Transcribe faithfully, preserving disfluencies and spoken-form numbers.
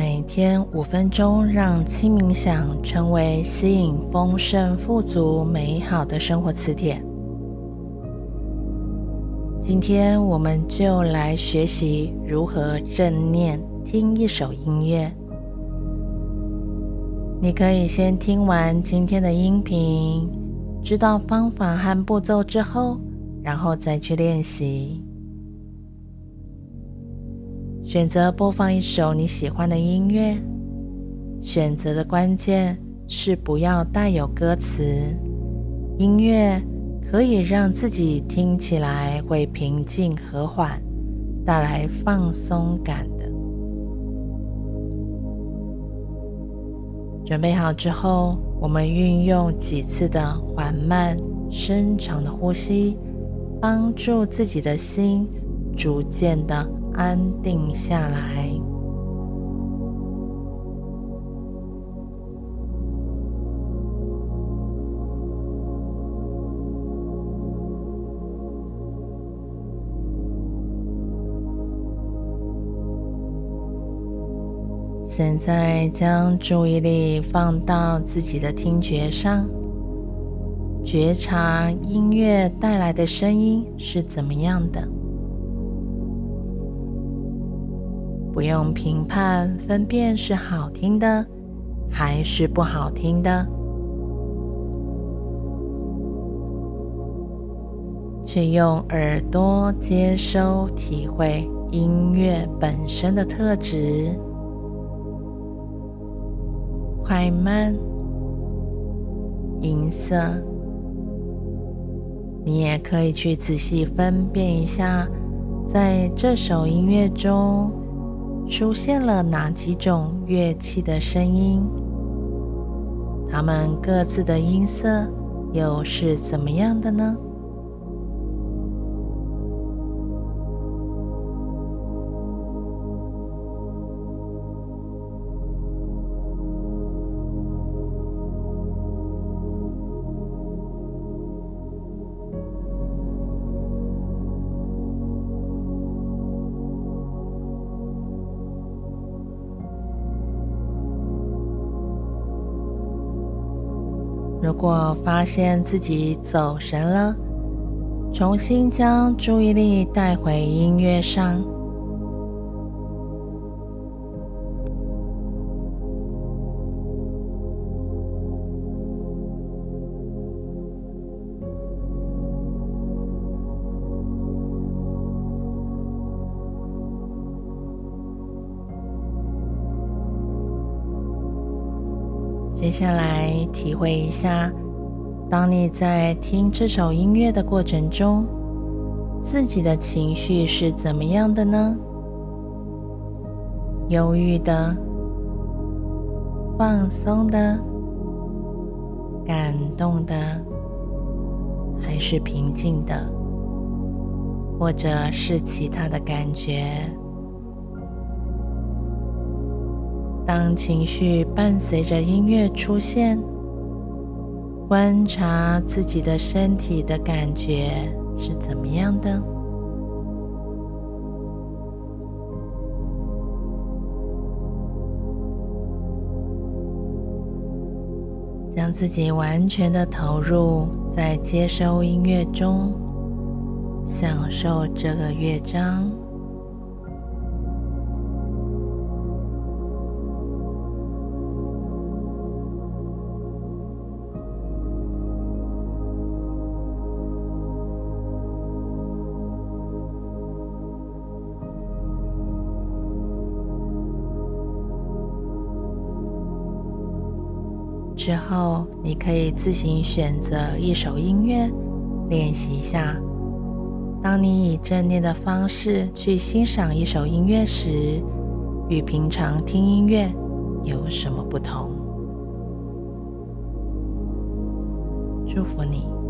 每天五分钟，让轻冥想成为吸引丰盛、富足、美好的生活磁铁。今天我们就来学习如何正念听一首音乐。你可以先听完今天的音频，知道方法和步骤之后，然后再去练习。选择播放一首你喜欢的音乐，选择的关键是不要带有歌词，音乐可以让自己听起来会平静和缓，带来放松感的。准备好之后，我们运用几次的缓慢深长的呼吸，帮助自己的心逐渐的安定下来。现在将注意力放到自己的听觉上，觉察音乐带来的声音是怎么样的。不用评判分辨是好听的还是不好听的，去用耳朵接收体会音乐本身的特质，快慢、音色。你也可以去仔细分辨一下，在这首音乐中出现了哪几种乐器的声音，它们各自的音色又是怎么样的呢？如果发现自己走神了，重新将注意力带回音乐上。接下来体会一下，当你在听这首音乐的过程中，自己的情绪是怎么样的呢？忧郁的、放松的、感动的，还是平静的，或者是其他的感觉？当情绪伴随着音乐出现，观察自己的身体的感觉是怎么样的？将自己完全的投入在接收音乐中，享受这个乐章。之后，你可以自行选择一首音乐，练习一下。当你以正念的方式去欣赏一首音乐时，与平常听音乐有什么不同？祝福你。